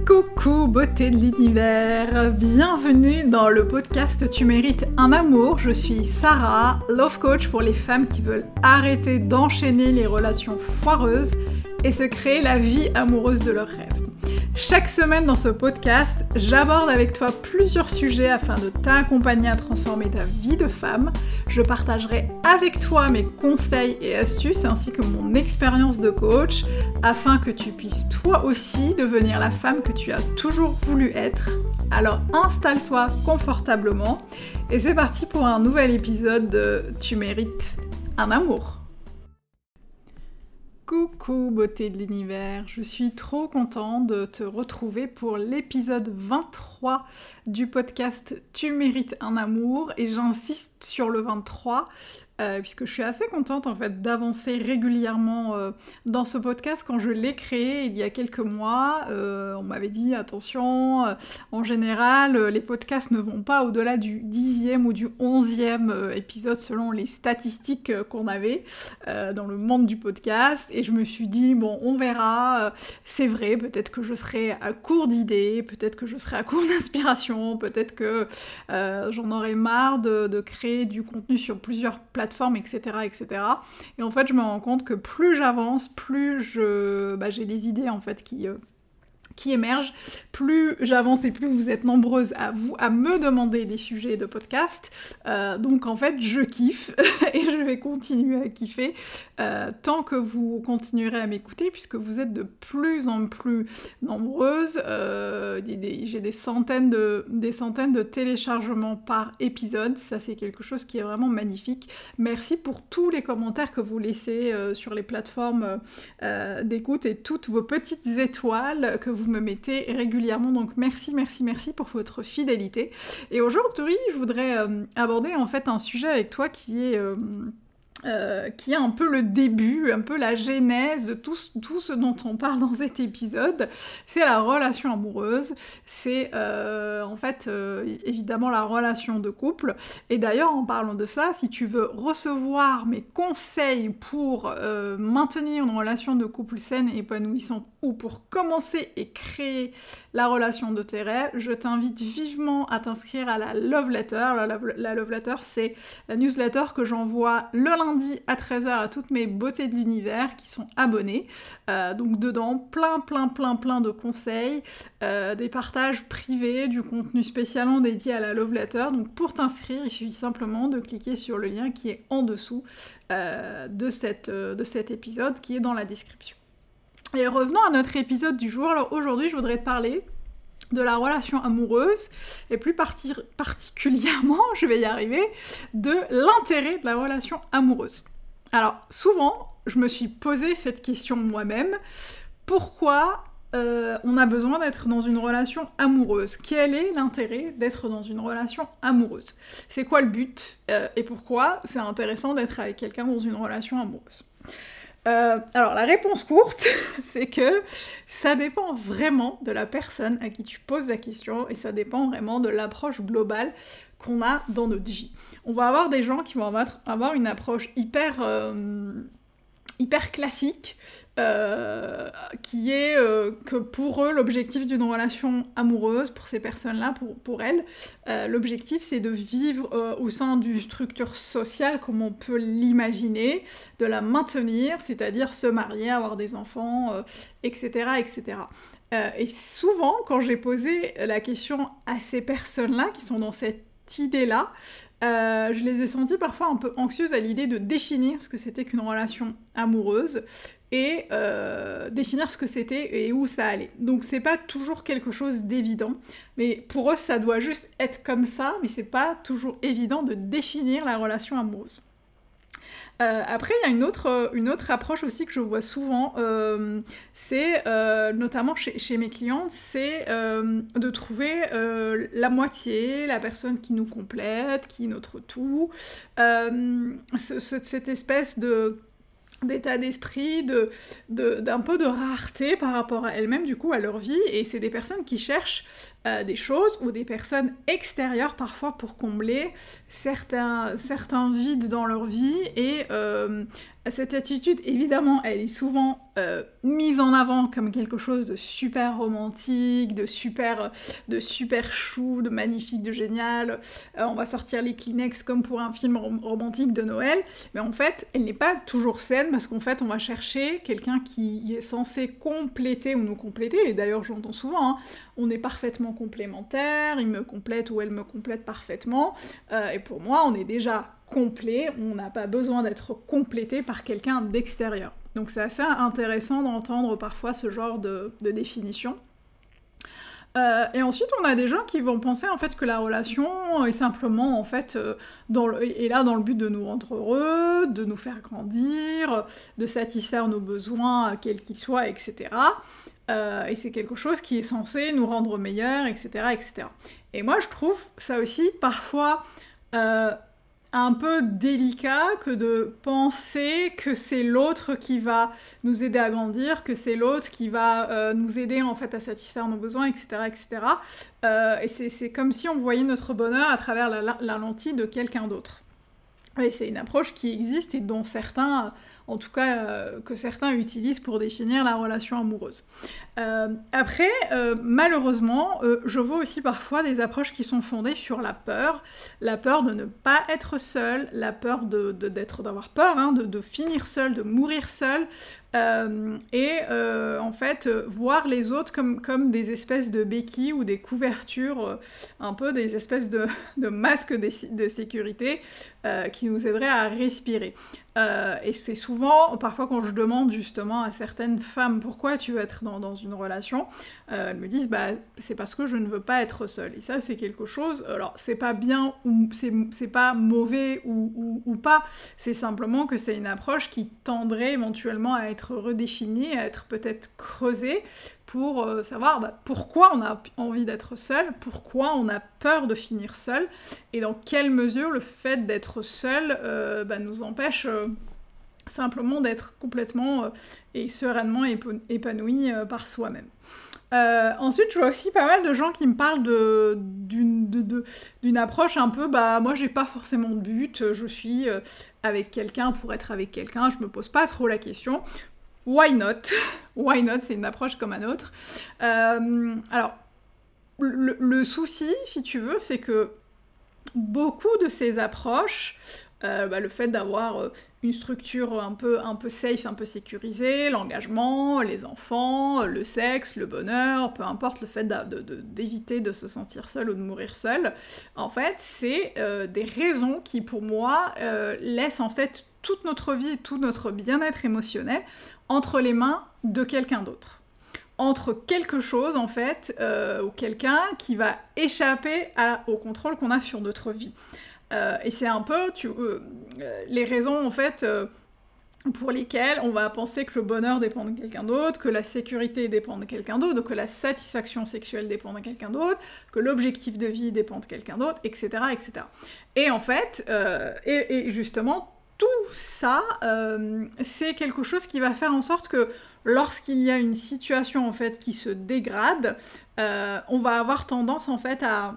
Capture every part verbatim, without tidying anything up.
Coucou beauté de l'univers, bienvenue dans le podcast Tu mérites un amour. Je suis Sarah, love coach pour les femmes qui veulent arrêter d'enchaîner les relations foireuses et se créer la vie amoureuse de leurs rêves. Chaque semaine dans ce podcast, j'aborde avec toi plusieurs sujets afin de t'accompagner à transformer ta vie de femme. Je partagerai avec toi mes conseils et astuces ainsi que mon expérience de coach afin que tu puisses toi aussi devenir la femme que tu as toujours voulu être. Alors installe-toi confortablement et c'est parti pour un nouvel épisode de Tu mérites un amour. Coucou beauté de l'univers, je suis trop contente de te retrouver pour l'épisode vingt-trois du podcast Tu mérites un amour et j'insiste sur le vingt-trois euh, puisque je suis assez contente en fait d'avancer régulièrement euh, dans ce podcast. Quand je l'ai créé il y a quelques mois, euh, on m'avait dit attention, euh, en général euh, les podcasts ne vont pas au-delà du dixième ou du onzième euh, épisode selon les statistiques euh, qu'on avait euh, dans le monde du podcast. Et je me suis dit, bon, on verra, c'est vrai, peut-être que je serai à court d'idées, peut-être que je serai à court d'inspiration, peut-être que euh, j'en aurai marre de, de créer du contenu sur plusieurs plateformes, et cetera, et cetera. Et en fait, je me rends compte que plus j'avance, plus je, bah, j'ai des idées, en fait, qui... Euh, qui émergent, plus j'avance et plus vous êtes nombreuses à vous à me demander des sujets de podcast. Euh, donc en fait, je kiffe et je vais continuer à kiffer euh, tant que vous continuerez à m'écouter puisque vous êtes de plus en plus nombreuses. Euh, des, des, j'ai des centaines de, des centaines de téléchargements par épisode. Ça, c'est quelque chose qui est vraiment magnifique. Merci pour tous les commentaires que vous laissez euh, sur les plateformes euh, d'écoute et toutes vos petites étoiles que vous me mettez régulièrement, donc merci, merci, merci pour votre fidélité. Et aujourd'hui, je voudrais euh, aborder en fait un sujet avec toi qui est... Euh, Euh, qui est un peu le début, un peu la genèse de tout, tout ce dont on parle dans cet épisode. C'est la relation amoureuse, c'est euh, en fait euh, évidemment la relation de couple. Et d'ailleurs, en parlant de ça, si tu veux recevoir mes conseils pour euh, maintenir une relation de couple saine et épanouissante ou pour commencer et créer la relation de tes rêves, je t'invite vivement à t'inscrire à la Love Letter. La, la, la Love Letter, c'est la newsletter que j'envoie le lundi lundi à treize heures à toutes mes beautés de l'univers qui sont abonnées. Euh, donc dedans, plein, plein, plein, plein de conseils, euh, des partages privés, du contenu spécialement dédié à la Love Letter. Donc pour t'inscrire, il suffit simplement de cliquer sur le lien qui est en dessous euh, de, cette, euh, de cet épisode qui est dans la description. Et revenons à notre épisode du jour. Alors aujourd'hui, je voudrais te parler de la relation amoureuse, et plus parti- particulièrement, je vais y arriver, de l'intérêt de la relation amoureuse. Alors, souvent, je me suis posé cette question moi-même, pourquoi euh, on a besoin d'être dans une relation amoureuse ? Quel est l'intérêt d'être dans une relation amoureuse ? C'est quoi le but ? euh, Et pourquoi c'est intéressant d'être avec quelqu'un dans une relation amoureuse ? Euh, alors la réponse courte, c'est que ça dépend vraiment de la personne à qui tu poses la question et ça dépend vraiment de l'approche globale qu'on a dans notre vie. On va avoir des gens qui vont avoir une approche hyper, euh, hyper classique, euh, qui est euh, que pour eux, l'objectif d'une relation amoureuse, pour ces personnes-là, pour, pour elles, euh, l'objectif c'est de vivre euh, au sein d'une structure sociale comme on peut l'imaginer, de la maintenir, c'est-à-dire se marier, avoir des enfants, euh, et cetera, et cetera. Euh, et souvent, quand j'ai posé la question à ces personnes-là qui sont dans cette idée-là, Euh, je les ai senties parfois un peu anxieuses à l'idée de définir ce que c'était qu'une relation amoureuse et euh, définir ce que c'était et où ça allait. Donc c'est pas toujours quelque chose d'évident, mais pour eux ça doit juste être comme ça, mais c'est pas toujours évident de définir la relation amoureuse. Euh, après, il y a une autre, une autre approche aussi que je vois souvent, euh, c'est, euh, notamment chez, chez mes clientes, c'est euh, de trouver euh, la moitié, la personne qui nous complète, qui est notre tout, euh, ce, ce, cette espèce de... d'état d'esprit, de, de, d'un peu de rareté par rapport à elles-mêmes, du coup, à leur vie, et c'est des personnes qui cherchent euh, des choses, ou des personnes extérieures, parfois, pour combler certains, certains vides dans leur vie, et euh, Cette attitude, évidemment, elle est souvent euh, mise en avant comme quelque chose de super romantique, de super, de super chou, de magnifique, de génial. Euh, on va sortir les Kleenex comme pour un film rom- romantique de Noël. Mais en fait, elle n'est pas toujours saine parce qu'en fait, on va chercher quelqu'un qui est censé compléter ou nous compléter. Et d'ailleurs, j'entends souvent, hein, on est parfaitement complémentaires, il me complète ou elle me complète parfaitement. Euh, et pour moi, on est déjà complet, on n'a pas besoin d'être complété par quelqu'un d'extérieur. Donc c'est assez intéressant d'entendre parfois ce genre de, de définition. Euh, et ensuite, on a des gens qui vont penser en fait que la relation est simplement en fait euh, dans le, est là dans le but de nous rendre heureux, de nous faire grandir, de satisfaire nos besoins quels qu'ils soient, et cetera. Euh, et c'est quelque chose qui est censé nous rendre meilleurs, et cetera, et cetera. Et moi, je trouve ça aussi parfois euh, un peu délicat que de penser que c'est l'autre qui va nous aider à grandir, que c'est l'autre qui va euh, nous aider en fait à satisfaire nos besoins, et cetera, et cetera. Euh, et c'est, c'est comme si on voyait notre bonheur à travers la, la, la lentille de quelqu'un d'autre. Et c'est une approche qui existe et dont certains, en tout cas euh, que certains utilisent pour définir la relation amoureuse. Euh, après, euh, malheureusement, euh, je vois aussi parfois des approches qui sont fondées sur la peur, la peur de ne pas être seul, la peur de, de, d'être, d'avoir peur, hein, de, de finir seul, de mourir seul, euh, et euh, en fait, euh, voir les autres comme, comme des espèces de béquilles ou des couvertures, euh, un peu des espèces de, de masques de, de sécurité euh, qui nous aideraient à respirer. Euh, et c'est souvent, parfois quand je demande justement à certaines femmes pourquoi tu veux être dans, dans une relation, euh, elles me disent bah c'est parce que je ne veux pas être seule. Et ça c'est quelque chose, alors c'est pas bien ou c'est, c'est pas mauvais ou, ou, ou pas, c'est simplement que c'est une approche qui tendrait éventuellement à être redéfinie, à être peut-être creusée pour euh, savoir bah, pourquoi on a envie d'être seul, pourquoi on a peur de finir seul, et dans quelle mesure le fait d'être seul euh, bah, nous empêche euh, simplement d'être complètement euh, et sereinement épo- épanoui euh, par soi-même. Euh, ensuite, je vois aussi pas mal de gens qui me parlent de, d'une, de, de, d'une approche un peu, bah moi j'ai pas forcément de but, je suis euh, avec quelqu'un pour être avec quelqu'un, je me pose pas trop la question. Why not? Why not? C'est une approche comme un autre. Euh, alors, le, le souci, si tu veux, c'est que beaucoup de ces approches, euh, bah, le fait d'avoir euh, une structure un peu, un peu safe, un peu sécurisée, l'engagement, les enfants, le sexe, le bonheur, peu importe le fait de, de, d'éviter de se sentir seul ou de mourir seul, en fait, c'est euh, des raisons qui, pour moi, euh, laissent en fait toute notre vie et tout notre bien-être émotionnel entre les mains de quelqu'un d'autre. Entre quelque chose, en fait, euh, ou quelqu'un qui va échapper à, au contrôle qu'on a sur notre vie. Euh, et c'est un peu tu, euh, les raisons, en fait, euh, pour lesquelles on va penser que le bonheur dépend de quelqu'un d'autre, que la sécurité dépend de quelqu'un d'autre, que la satisfaction sexuelle dépend de quelqu'un d'autre, que l'objectif de vie dépend de quelqu'un d'autre, et cetera, et cetera. Et en fait, euh, et, et justement, tout ça, euh, c'est quelque chose qui va faire en sorte que lorsqu'il y a une situation en fait qui se dégrade, euh, on va avoir tendance en fait à,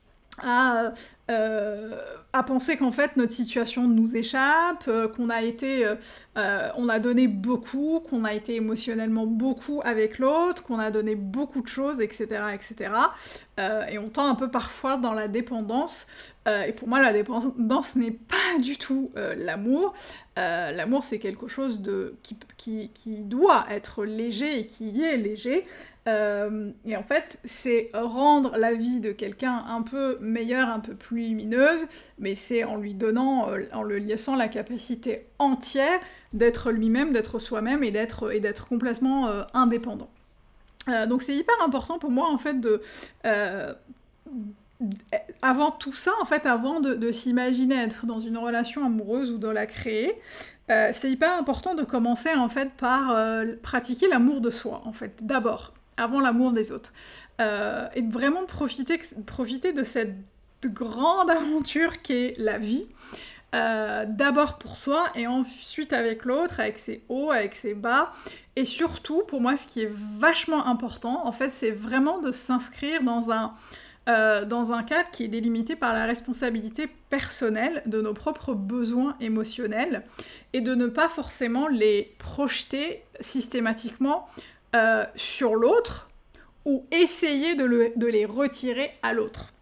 à, euh, à penser qu'en fait notre situation nous échappe, euh, qu'on a été, euh, on a donné beaucoup, qu'on a été émotionnellement beaucoup avec l'autre, qu'on a donné beaucoup de choses, et cetera, et cetera. Euh, et on tend un peu parfois dans la dépendance. Euh, et pour moi, la dépendance n'est pas du tout euh, l'amour. Euh, l'amour, c'est quelque chose de, qui, qui, qui doit être léger et qui y est léger. Euh, et en fait, c'est rendre la vie de quelqu'un un peu meilleure, un peu plus lumineuse, mais c'est en lui donnant, euh, en lui laissant la capacité entière d'être lui-même, d'être soi-même et d'être, et d'être complètement euh, indépendant. Euh, donc c'est hyper important pour moi, en fait, de... Euh, avant tout ça, en fait, avant de, de s'imaginer être dans une relation amoureuse ou de la créer, euh, c'est hyper important de commencer, en fait, par euh, pratiquer l'amour de soi, en fait, d'abord, avant l'amour des autres. Euh, et de vraiment profiter, profiter de cette grande aventure qu'est la vie, euh, d'abord pour soi, et ensuite avec l'autre, avec ses hauts, avec ses bas. Et surtout, pour moi, ce qui est vachement important, en fait, c'est vraiment de s'inscrire dans un... euh, dans un cadre qui est délimité par la responsabilité personnelle de nos propres besoins émotionnels et de ne pas forcément les projeter systématiquement euh, sur l'autre ou essayer de, le, de les retirer à l'autre.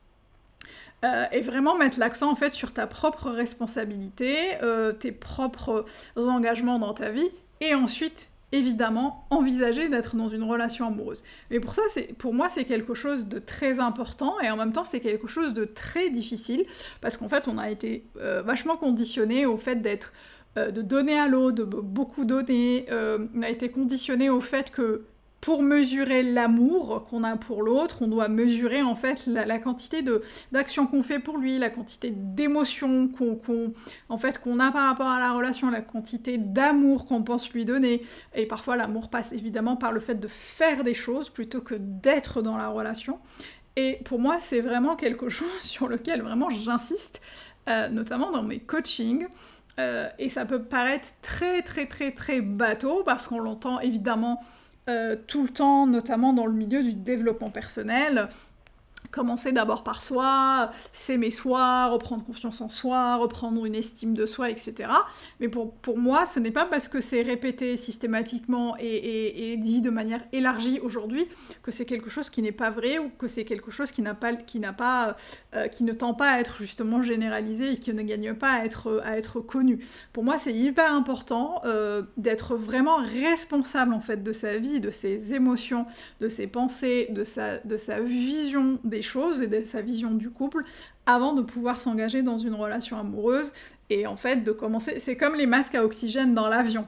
Euh, et vraiment mettre l'accent en fait sur ta propre responsabilité, euh, tes propres engagements dans ta vie, et ensuite, évidemment, envisager d'être dans une relation amoureuse. Mais pour ça, c'est, pour moi, c'est quelque chose de très important, et en même temps, c'est quelque chose de très difficile, parce qu'en fait, on a été euh, vachement conditionné au fait d'être, euh, de donner à l'autre, de beaucoup donner, euh, on a été conditionné au fait que pour mesurer l'amour qu'on a pour l'autre, on doit mesurer en fait la, la quantité de, d'actions qu'on fait pour lui, la quantité d'émotions qu'on, qu'on, en fait, qu'on a par rapport à la relation, la quantité d'amour qu'on pense lui donner. Et parfois l'amour passe évidemment par le fait de faire des choses plutôt que d'être dans la relation. Et pour moi, c'est vraiment quelque chose sur lequel vraiment j'insiste, euh, notamment dans mes coachings. Euh, et ça peut paraître très très très très bateau parce qu'on l'entend évidemment Euh, tout le temps, notamment dans le milieu du développement personnel. Commencer d'abord par soi, s'aimer soi, reprendre confiance en soi, reprendre une estime de soi, et cetera. Mais pour, pour moi, ce n'est pas parce que c'est répété systématiquement et, et, et dit de manière élargie aujourd'hui que c'est quelque chose qui n'est pas vrai ou que c'est quelque chose qui n'a pas, qui n'a pas, euh, qui ne tend pas à être justement généralisé et qui ne gagne pas à être, à être connu. Pour moi, c'est hyper important euh, d'être vraiment responsable en fait de sa vie, de ses émotions, de ses pensées, de sa, de sa vision des choses et de sa vision du couple avant de pouvoir s'engager dans une relation amoureuse et en fait de commencer, c'est comme les masques à oxygène dans l'avion.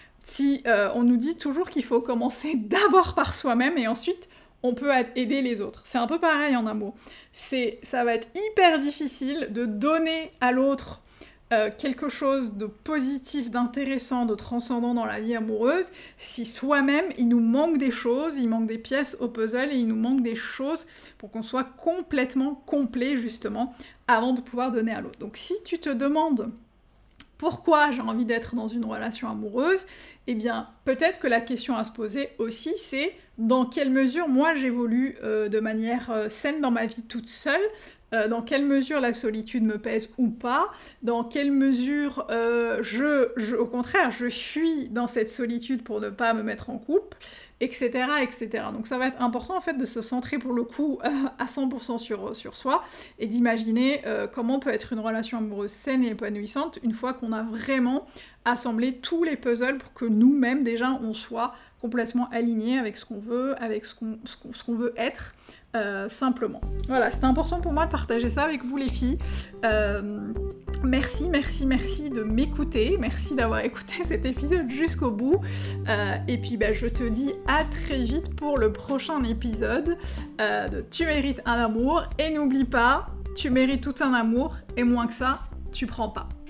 Si euh, on nous dit toujours qu'il faut commencer d'abord par soi-même et ensuite on peut aider les autres. C'est un peu pareil en amour. C'est, ça va être hyper difficile de donner à l'autre Euh, quelque chose de positif, d'intéressant, de transcendant dans la vie amoureuse, si soi-même, il nous manque des choses, il manque des pièces au puzzle et il nous manque des choses pour qu'on soit complètement complet, justement, avant de pouvoir donner à l'autre. Donc si tu te demandes pourquoi j'ai envie d'être dans une relation amoureuse, eh bien, peut-être que la question à se poser aussi, c'est dans quelle mesure moi j'évolue euh, de manière euh, saine dans ma vie toute seule, euh, dans quelle mesure la solitude me pèse ou pas, dans quelle mesure euh, je, je, au contraire, je fuis dans cette solitude pour ne pas me mettre en couple, et cetera, et cetera. Donc ça va être important en fait de se centrer pour le coup euh, à cent pour cent sur, sur soi et d'imaginer euh, comment peut être une relation amoureuse saine et épanouissante une fois qu'on a vraiment assemblé tous les puzzles pour que nous-mêmes déjà on soit complètement alignés avec ce qu'on veut, avec ce qu'on, ce qu'on, ce qu'on veut être, euh, simplement. Voilà, c'était important pour moi de partager ça avec vous les filles. Euh, merci, merci, merci de m'écouter, merci d'avoir écouté cet épisode jusqu'au bout, euh, et puis bah, je te dis à très vite pour le prochain épisode euh, de Tu mérites un amour, et n'oublie pas, tu mérites tout un amour, et moins que ça, tu prends pas.